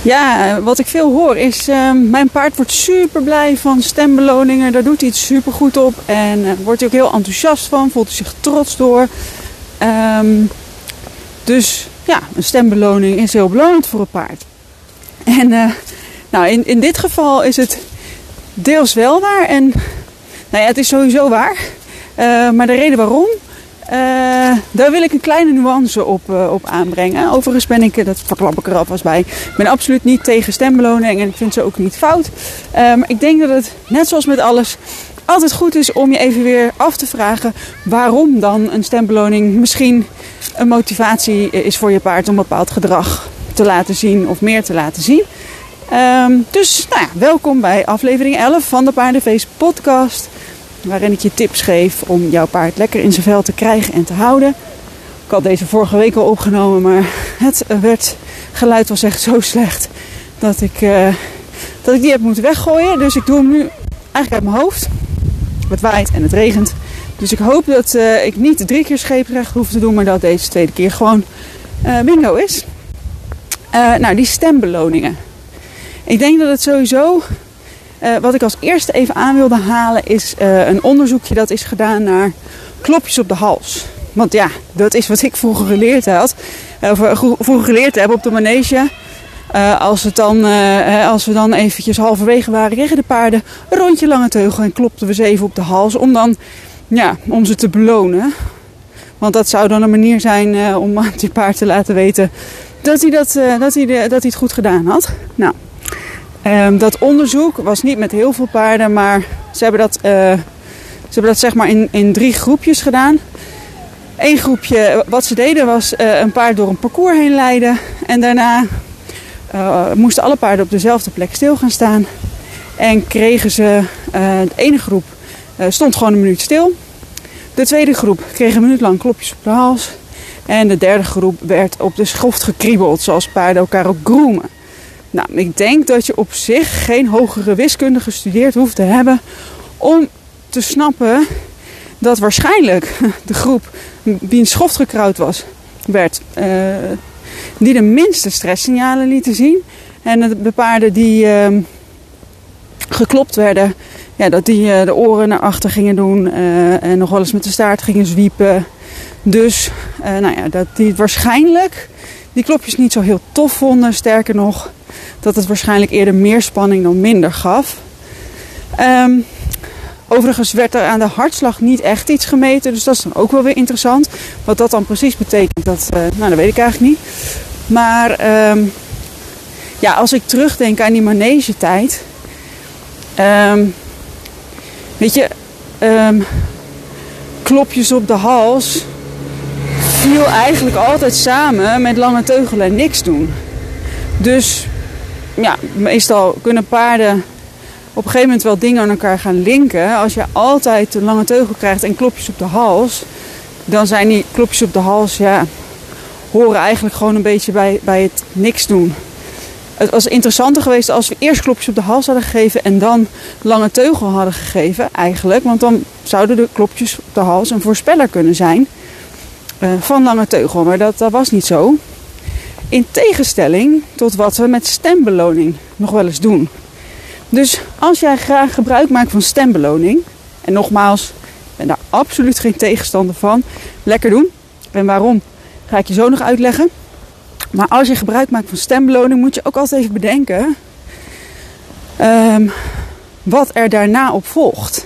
Ja, wat ik veel hoor is, mijn paard wordt super blij van stembeloningen. Daar doet hij het super goed op en wordt hij ook heel enthousiast van, voelt hij zich trots door. Dus ja, een stembeloning is heel belonend voor een paard. En in dit geval is het deels wel waar en nou ja, het is sowieso waar. Maar de reden waarom, daar wil ik een kleine nuance op aanbrengen. Overigens ben ik, dat verklap ik er alvast bij, ik ben absoluut niet tegen stembeloning en ik vind ze ook niet fout. Maar ik denk dat het, net zoals met alles, altijd goed is om je even weer af te vragen waarom dan een stembeloning misschien een motivatie is voor je paard om een bepaald gedrag te laten zien of meer te laten zien. Dus welkom bij aflevering 11 van de Paardenfeest podcast. Waarin ik je tips geef om jouw paard lekker in zijn vel te krijgen en te houden. Ik had deze vorige week al opgenomen, maar het geluid was echt zo slecht dat ik die heb moeten weggooien. Dus ik doe hem nu eigenlijk uit mijn hoofd. Het waait en het regent. Dus ik hoop dat ik niet 3 keer scheepsrecht hoef te doen, maar dat deze tweede keer gewoon bingo is. Die stembeloningen. Ik denk dat het sowieso, wat ik als eerste even aan wilde halen, is een onderzoekje dat is gedaan naar klopjes op de hals. Want ja, dat is wat ik vroeger geleerd had. Vroeger geleerd heb op de manege. Als we dan eventjes halverwege waren, kregen de paarden een rondje lange teugel en klopten we ze even op de hals om ze te belonen. Want dat zou dan een manier zijn om aan die paard te laten weten dat hij het goed gedaan had. Nou, dat onderzoek was niet met heel veel paarden, maar ze hebben dat zeg maar in 3 groepjes gedaan. Eén groepje, wat ze deden was een paard door een parcours heen leiden. En daarna moesten alle paarden op dezelfde plek stil gaan staan. En kregen ze, de ene groep stond gewoon een minuut stil. De tweede groep kreeg een minuut lang klopjes op de hals. En de derde groep werd op de schoft gekriebeld, zoals paarden elkaar ook groomen. Nou, ik denk dat je op zich geen hogere wiskunde gestudeerd hoeft te hebben om te snappen dat waarschijnlijk de groep die in schoft gekrauwd werd, die de minste stresssignalen lieten zien. En de paarden die geklopt werden, ja, dat die de oren naar achter gingen doen en nog wel eens met de staart gingen zwiepen. Dus dat die waarschijnlijk die klopjes niet zo heel tof vonden. Sterker nog, dat het waarschijnlijk eerder meer spanning dan minder gaf. Overigens werd er aan de hartslag niet echt iets gemeten. Dus dat is dan ook wel weer interessant. Wat dat dan precies betekent, dat weet ik eigenlijk niet. Maar als ik terugdenk aan die manegetijd. Klopjes op de hals viel eigenlijk altijd samen met lange teugelen en niks doen. Dus ja, meestal kunnen paarden op een gegeven moment wel dingen aan elkaar gaan linken. Als je altijd een lange teugel krijgt en klopjes op de hals, dan zijn die klopjes op de hals, horen eigenlijk gewoon een beetje bij het niks doen. Het was interessanter geweest als we eerst klopjes op de hals hadden gegeven en dan lange teugel hadden gegeven eigenlijk. Want dan zouden de klopjes op de hals een voorspeller kunnen zijn van lange teugel. Maar dat was niet zo. In tegenstelling tot wat we met stembeloning nog wel eens doen. Dus als jij graag gebruik maakt van stembeloning, en nogmaals, ik ben daar absoluut geen tegenstander van, lekker doen. En waarom, ga ik je zo nog uitleggen. Maar als je gebruik maakt van stembeloning, moet je ook altijd even bedenken wat er daarna op volgt.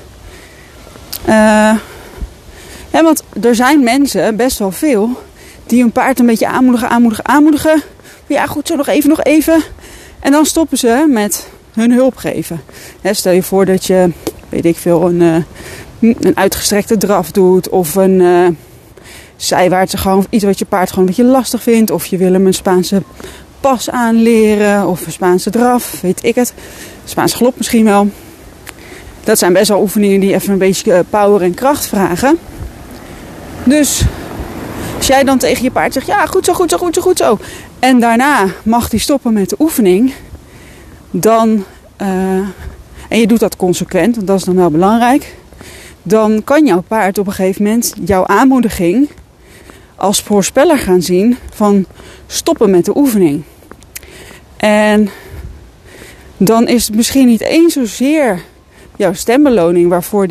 Want er zijn mensen, best wel veel, die hun paard een beetje aanmoedigen. Ja, goed, zo nog even. En dan stoppen ze met hun hulp geven. Stel je voor dat je, weet ik veel, een uitgestrekte draf doet. Of een zijwaartse gang. Of iets wat je paard gewoon een beetje lastig vindt. Of je wil hem een Spaanse pas aanleren. Of een Spaanse draf, weet ik het. Spaanse galop misschien wel. Dat zijn best wel oefeningen die even een beetje power en kracht vragen. Dus als jij dan tegen je paard zegt, ja, goed zo. En daarna mag hij stoppen met de oefening. Dan, en je doet dat consequent, want dat is dan wel belangrijk. Dan kan jouw paard op een gegeven moment jouw aanmoediging als voorspeller gaan zien van stoppen met de oefening. En dan is het misschien niet eens zozeer jouw stembeloning waarvoor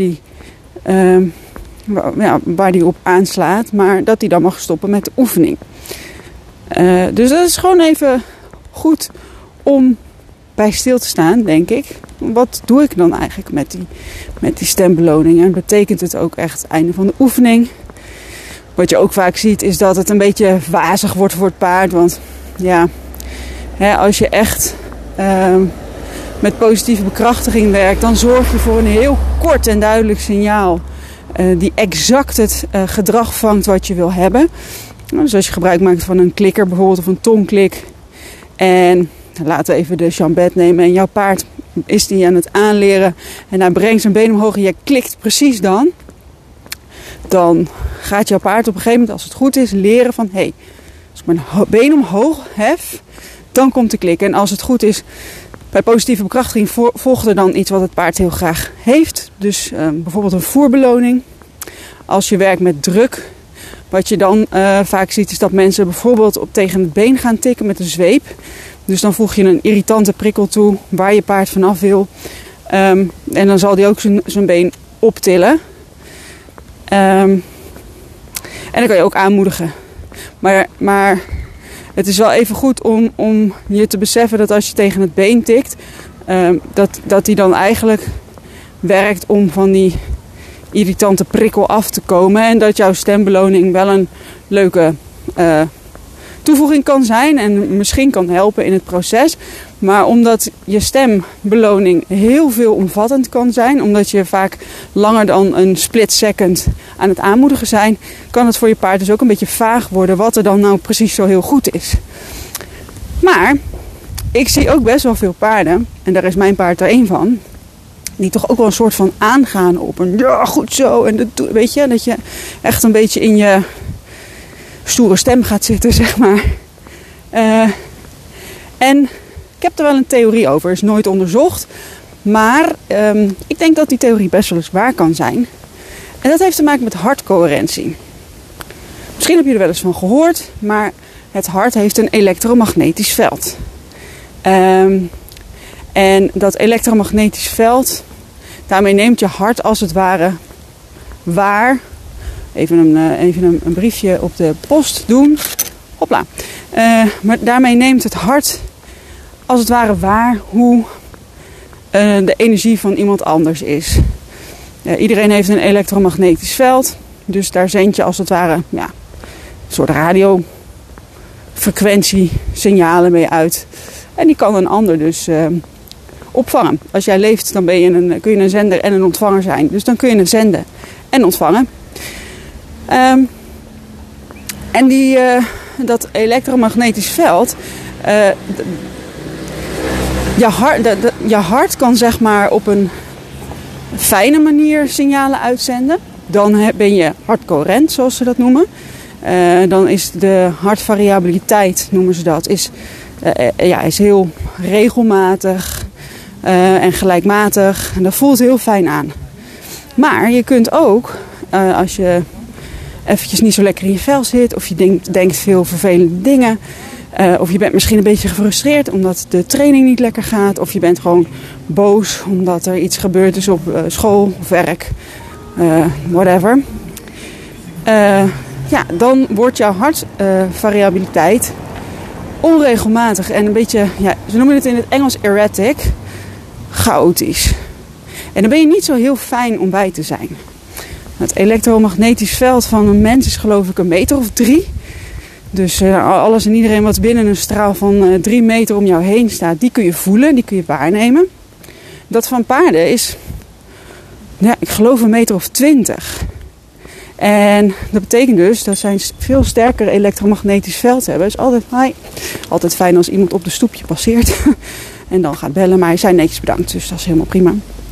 waar die op aanslaat, maar dat die dan mag stoppen met de oefening. Dus dat is gewoon even goed om bij stil te staan, denk ik. Wat doe ik dan eigenlijk met die stembeloning? En betekent het ook echt het einde van de oefening? Wat je ook vaak ziet is dat het een beetje wazig wordt voor het paard. Want ja, als je echt met positieve bekrachtiging werkt, dan zorg je voor een heel kort en duidelijk signaal. Die exact het gedrag vangt wat je wil hebben. Dus als je gebruik maakt van een klikker bijvoorbeeld of een tongklik. En laten we even de chambet nemen. En jouw paard is die aan het aanleren. En hij brengt zijn been omhoog en jij klikt precies dan. Dan gaat jouw paard op een gegeven moment, als het goed is, leren van... Hey, als ik mijn been omhoog hef, dan komt de klik. En als het goed is, bij positieve bekrachtiging volgt er dan iets wat het paard heel graag heeft. Dus bijvoorbeeld een voerbeloning. Als je werkt met druk... Wat je dan vaak ziet is dat mensen bijvoorbeeld tegen het been gaan tikken met een zweep. Dus dan voeg je een irritante prikkel toe waar je paard vanaf wil. En dan zal die ook zijn been optillen. En dan kan je ook aanmoedigen. Maar het is wel even goed om je te beseffen dat als je tegen het been tikt... dat die dan eigenlijk werkt om van die irritante prikkel af te komen. En dat jouw stembeloning wel een leuke toevoeging kan zijn. En misschien kan helpen in het proces. Maar omdat je stembeloning heel veelomvattend kan zijn. Omdat je vaak langer dan een split second aan het aanmoedigen zijn. Kan het voor je paard dus ook een beetje vaag worden. Wat er dan nou precies zo heel goed is. Maar ik zie ook best wel veel paarden. En daar is mijn paard er één van. Die toch ook wel een soort van aangaan op een ja goed zo. En weet je, dat je echt een beetje in je stoere stem gaat zitten, zeg maar. En ik heb er wel een theorie over. Is nooit onderzocht. Maar ik denk dat die theorie best wel eens waar kan zijn. En dat heeft te maken met hartcoherentie. Misschien heb je er wel eens van gehoord. Maar het hart heeft een elektromagnetisch veld. En dat elektromagnetisch veld, daarmee neemt je hart als het ware waar. Even een briefje op de post doen. Hopla. Maar daarmee neemt het hart als het ware waar hoe de energie van iemand anders is. Iedereen heeft een elektromagnetisch veld. Dus daar zend je als het ware een soort radiofrequentie signalen mee uit. En die kan een ander dus opvangen. Als jij leeft, dan kun je een zender en een ontvanger zijn. Dus dan kun je zenden en ontvangen. En dat elektromagnetisch veld... je hart kan zeg maar op een fijne manier signalen uitzenden. Dan ben je hartcoherent, zoals ze dat noemen. Dan is de hartvariabiliteit, noemen ze dat, is heel regelmatig en gelijkmatig. En dat voelt heel fijn aan. Maar je kunt ook, als je eventjes niet zo lekker in je vel zit... of je denkt veel vervelende dingen... of je bent misschien een beetje gefrustreerd omdat de training niet lekker gaat... of je bent gewoon boos omdat er iets gebeurd is op school of werk... whatever. Dan wordt jouw hartvariabiliteit onregelmatig en een beetje, ze noemen het in het Engels erratic, chaotisch. En dan ben je niet zo heel fijn om bij te zijn. Het elektromagnetisch veld van een mens is geloof ik 1 meter of 3. Dus alles en iedereen wat binnen een straal van 3 meter om jou heen staat, die kun je voelen, die kun je waarnemen. Dat van paarden is, ik geloof 1 meter of 20. En dat betekent dus dat zij een veel sterker elektromagnetisch veld hebben. Het is altijd fijn als iemand op de stoepje passeert en dan gaat bellen. Maar hij zei netjes bedankt, dus dat is helemaal prima.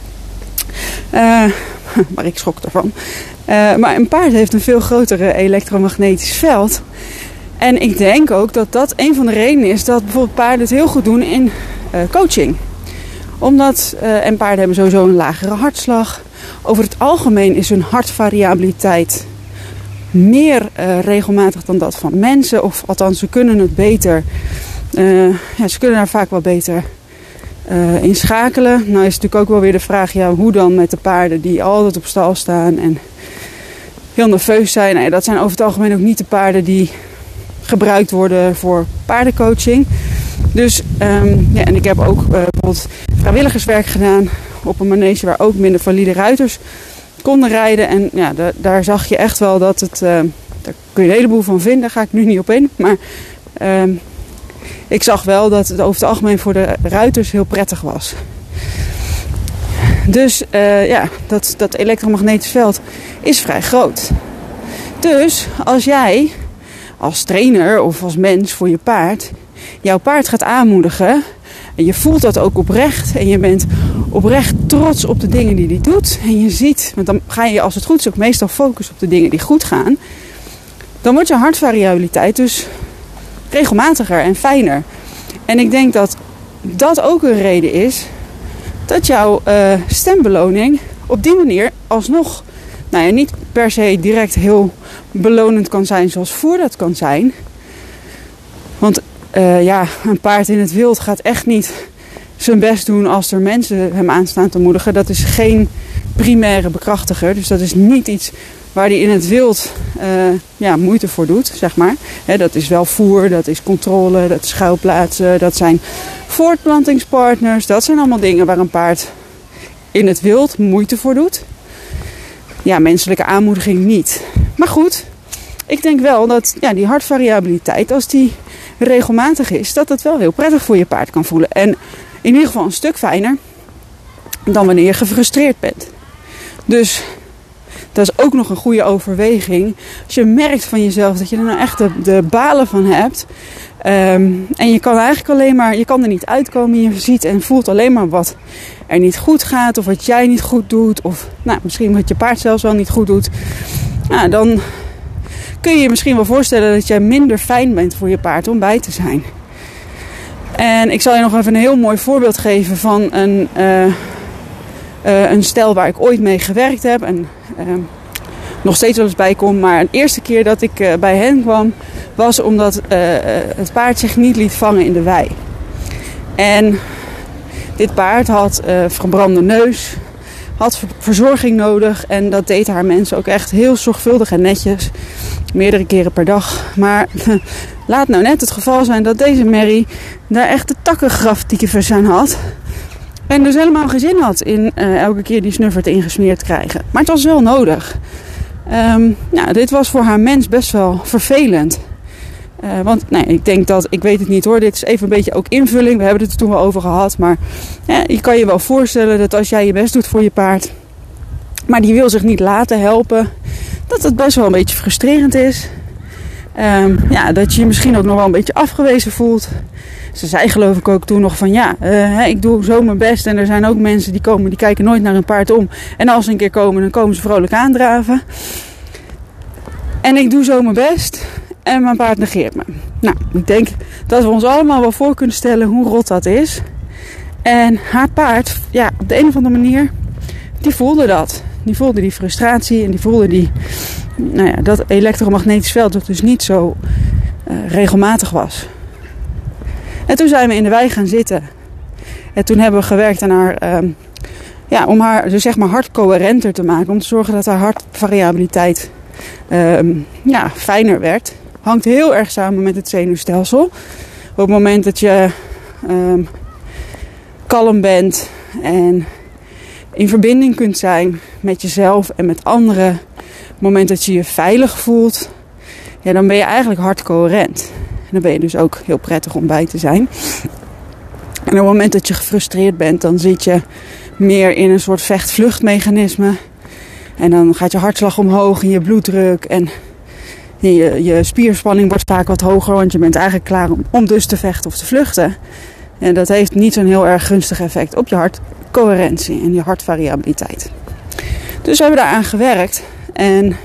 Maar ik schrok ervan. Maar een paard heeft een veel groter elektromagnetisch veld. En ik denk ook dat dat een van de redenen is dat bijvoorbeeld paarden het heel goed doen in coaching. En paarden hebben sowieso een lagere hartslag. Over het algemeen is hun hartvariabiliteit meer regelmatig dan dat van mensen. Of althans, ze kunnen het beter Ze kunnen daar vaak wel beter in schakelen. Nou is natuurlijk ook wel weer de vraag, hoe dan met de paarden die altijd op stal staan en heel nerveus zijn. Nou, dat zijn over het algemeen ook niet de paarden die gebruikt worden voor paardencoaching. Dus, en ik heb ook bijvoorbeeld vrijwilligerswerk gedaan op een manege waar ook minder valide ruiters konden rijden. En daar zag je echt wel dat het, daar kun je een heleboel van vinden, daar ga ik nu niet op in. Maar ik zag wel dat het over het algemeen voor de ruiters heel prettig was. Dus dat elektromagnetisch veld is vrij groot. Dus als jij als trainer of als mens voor je paard jouw paard gaat aanmoedigen en je voelt dat ook oprecht en je bent oprecht trots op de dingen die hij doet en je ziet, want dan ga je als het goed is ook meestal focussen op de dingen die goed gaan, dan wordt je hartvariabiliteit dus regelmatiger en fijner. En ik denk dat dat ook een reden is dat jouw stembeloning op die manier alsnog niet per se direct heel belonend kan zijn zoals voer dat kan zijn. Want een paard in het wild gaat echt niet zijn best doen als er mensen hem aanstaan te moedigen. Dat is geen primaire bekrachtiger. Dus dat is niet iets waar hij in het wild moeite voor doet, zeg maar. Dat is wel voer, dat is controle, dat is schuilplaatsen, dat zijn voortplantingspartners. Dat zijn allemaal dingen waar een paard in het wild moeite voor doet. Ja, menselijke aanmoediging niet. Maar goed, ik denk wel dat die hartvariabiliteit, als die regelmatig is, dat het wel heel prettig voor je paard kan voelen. En in ieder geval een stuk fijner dan wanneer je gefrustreerd bent. Dus dat is ook nog een goede overweging. Als je merkt van jezelf dat je er nou echt de balen van hebt. En je kan eigenlijk alleen maar, je kan er niet uitkomen. Je ziet en voelt alleen maar wat er niet goed gaat. Of wat jij niet goed doet. Of misschien wat je paard zelfs wel niet goed doet. Dan kun je je misschien wel voorstellen dat jij minder fijn bent voor je paard om bij te zijn. En ik zal je nog even een heel mooi voorbeeld geven van een stel waar ik ooit mee gewerkt heb. En nog steeds wel eens bij kom. Maar de eerste keer dat ik bij hen kwam was omdat het paard zich niet liet vangen in de wei. En dit paard had verbrande neus, had verzorging nodig. En dat deed haar mensen ook echt heel zorgvuldig en netjes. Meerdere keren per dag. Maar laat nou net het geval zijn dat deze merrie daar echt de takkengraftyfus aan had. En dus helemaal geen zin had in elke keer die snuffert ingesmeerd krijgen. Maar het was wel nodig. Dit was voor haar mens best wel vervelend. Want ik denk dat, ik weet het niet hoor, dit is even een beetje ook invulling. We hebben het er toen wel over gehad. Maar je kan je wel voorstellen dat als jij je best doet voor je paard, maar die wil zich niet laten helpen, dat het best wel een beetje frustrerend is. Dat je je misschien ook nog wel een beetje afgewezen voelt. Ze zei geloof ik ook toen nog van ik doe zo mijn best. En er zijn ook mensen die komen, die kijken nooit naar een paard om. En als ze een keer komen, dan komen ze vrolijk aandraven. En ik doe zo mijn best. En mijn paard negeert me. Nou, ik denk dat we ons allemaal wel voor kunnen stellen hoe rot dat is. En haar paard, op de een of andere manier, die voelde dat. Die voelde die frustratie en die voelde dat elektromagnetisch veld dat dus niet zo regelmatig was. En toen zijn we in de wei gaan zitten. En toen hebben we gewerkt aan haar, om haar dus zeg maar hartcoherenter te maken. Om te zorgen dat haar hartvariabiliteit fijner werd. Hangt heel erg samen met het zenuwstelsel. Op het moment dat je kalm bent en in verbinding kunt zijn met jezelf en met anderen. Op het moment dat je je veilig voelt, dan ben je eigenlijk hartcoherent. En dan ben je dus ook heel prettig om bij te zijn. En op het moment dat je gefrustreerd bent, dan zit je meer in een soort vecht-vluchtmechanisme. En dan gaat je hartslag omhoog en je bloeddruk en je spierspanning wordt vaak wat hoger, want je bent eigenlijk klaar om dus te vechten of te vluchten. En dat heeft niet zo'n heel erg gunstig effect op je hartcoherentie en je hartvariabiliteit. Dus we hebben daaraan gewerkt. En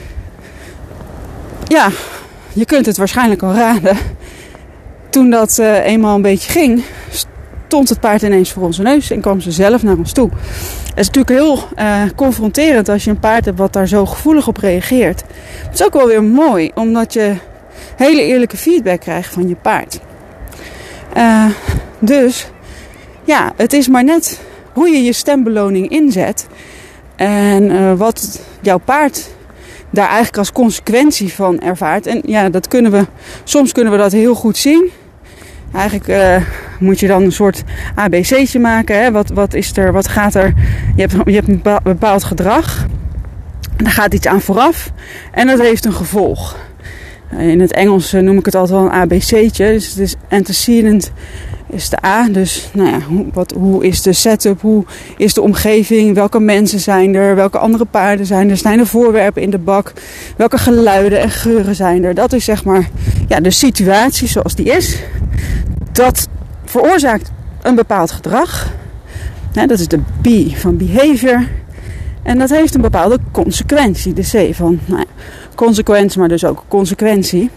je kunt het waarschijnlijk al raden. Toen dat eenmaal een beetje ging, stond het paard ineens voor onze neus en kwam ze zelf naar ons toe. Het is natuurlijk heel confronterend als je een paard hebt wat daar zo gevoelig op reageert. Het is ook wel weer mooi, omdat je hele eerlijke feedback krijgt van je paard. Dus ja, het is maar net hoe je je stembeloning inzet. En wat jouw paard daar eigenlijk als consequentie van ervaart. En ja, soms kunnen we dat heel goed zien. Eigenlijk moet je dan een soort ABC'tje maken. Hè? Wat is er, wat gaat er? Je hebt een bepaald gedrag. Daar gaat iets aan vooraf. En dat heeft een gevolg. In het Engels noem ik het altijd wel een ABC'tje. Dus het is antecedent is de A. Dus nou ja, hoe is de setup? Hoe is de omgeving? Welke mensen zijn er? Welke andere paarden zijn er? Zijn er voorwerpen in de bak? Welke geluiden en geuren zijn er? Dat is zeg maar de situatie zoals die is. Dat veroorzaakt een bepaald gedrag. Dat is de B van behavior. En dat heeft een bepaalde consequentie. De C van consequentie, maar dus ook consequentie.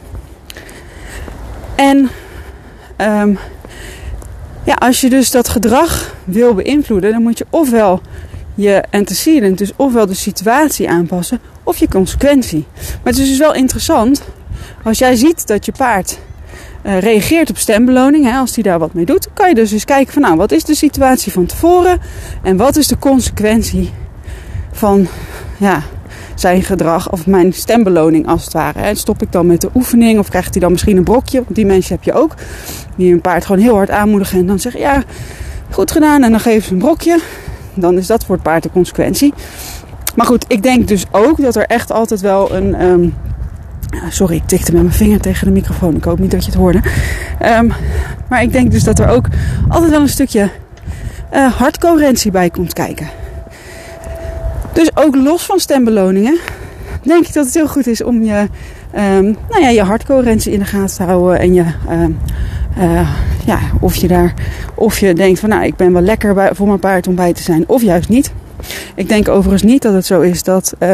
En als je dus dat gedrag wil beïnvloeden, dan moet je ofwel je antecedent, dus ofwel de situatie aanpassen, of je consequentie. Maar het is dus wel interessant, als jij ziet dat je paard reageert op stembeloning, als die daar wat mee doet, kan je dus eens kijken van wat is de situatie van tevoren en wat is de consequentie van zijn gedrag of mijn stembeloning als het ware. En stop ik dan met de oefening of krijgt hij dan misschien een brokje? Want die mensen heb je ook. Die een paard gewoon heel hard aanmoedigen en dan zeggen ja, goed gedaan. En dan geven ze een brokje. Dan is dat voor het paard de consequentie. Maar goed, ik denk dus ook dat er echt altijd wel een... sorry, ik tikte met mijn vinger tegen de microfoon. Ik hoop niet dat je het hoorde. Maar ik denk dus dat er ook altijd wel een stukje hartcoherentie bij komt kijken. Dus ook los van stembeloningen denk ik dat het heel goed is om je hartcoherentie in de gaten te houden. En of je denkt van ik ben wel lekker voor mijn paard om bij te zijn of juist niet. Ik denk overigens niet dat het zo is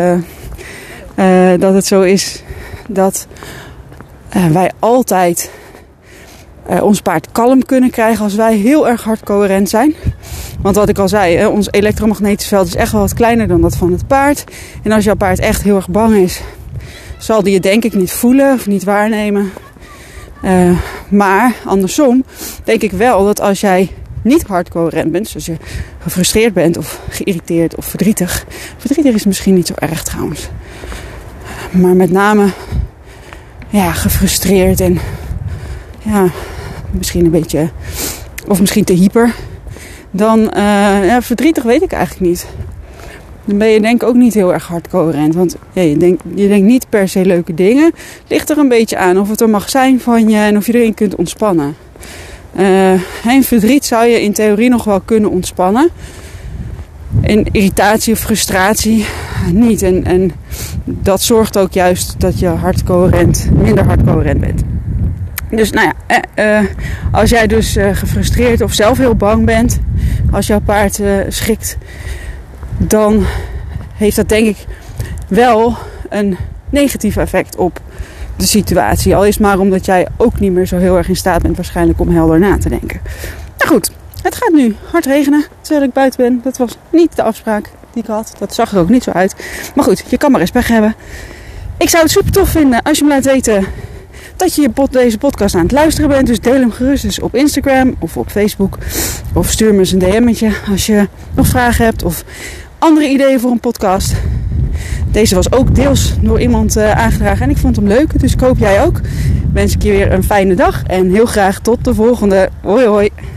dat wij altijd ons paard kalm kunnen krijgen als wij heel erg hartcoherent zijn. Want wat ik al zei, ons elektromagnetisch veld is echt wel wat kleiner dan dat van het paard. En als jouw paard echt heel erg bang is, zal die je denk ik niet voelen of niet waarnemen. Maar andersom denk ik wel dat als jij niet hartcoherent bent, dus als je gefrustreerd bent of geïrriteerd of verdrietig. Verdrietig is misschien niet zo erg trouwens. Maar met name gefrustreerd en misschien een beetje, of misschien te hyper. Dan verdrietig weet ik eigenlijk niet. Dan ben je denk ik ook niet heel erg hartcoherent. Want je denkt niet per se leuke dingen. Het ligt er een beetje aan of het er mag zijn van je en of je erin kunt ontspannen. En verdriet zou je in theorie nog wel kunnen ontspannen. En irritatie of frustratie niet. En dat zorgt ook juist dat je minder hartcoherent bent. Dus als jij dus gefrustreerd of zelf heel bang bent, als jouw paard schrikt, dan heeft dat denk ik wel een negatief effect op de situatie. Al is maar omdat jij ook niet meer zo heel erg in staat bent waarschijnlijk om helder na te denken. Nou goed, het gaat nu hard regenen terwijl ik buiten ben. Dat was niet de afspraak die ik had. Dat zag er ook niet zo uit. Maar goed, je kan maar respect hebben. Ik zou het super tof vinden als je me laat weten dat je deze podcast aan het luisteren bent. Dus deel hem gerust eens op Instagram of op Facebook. Of stuur me eens een DM'tje als je nog vragen hebt of andere ideeën voor een podcast. Deze was ook deels door iemand aangedragen en ik vond hem leuk. Dus ik hoop jij ook. Wens ik je weer een fijne dag en heel graag tot de volgende. Hoi hoi.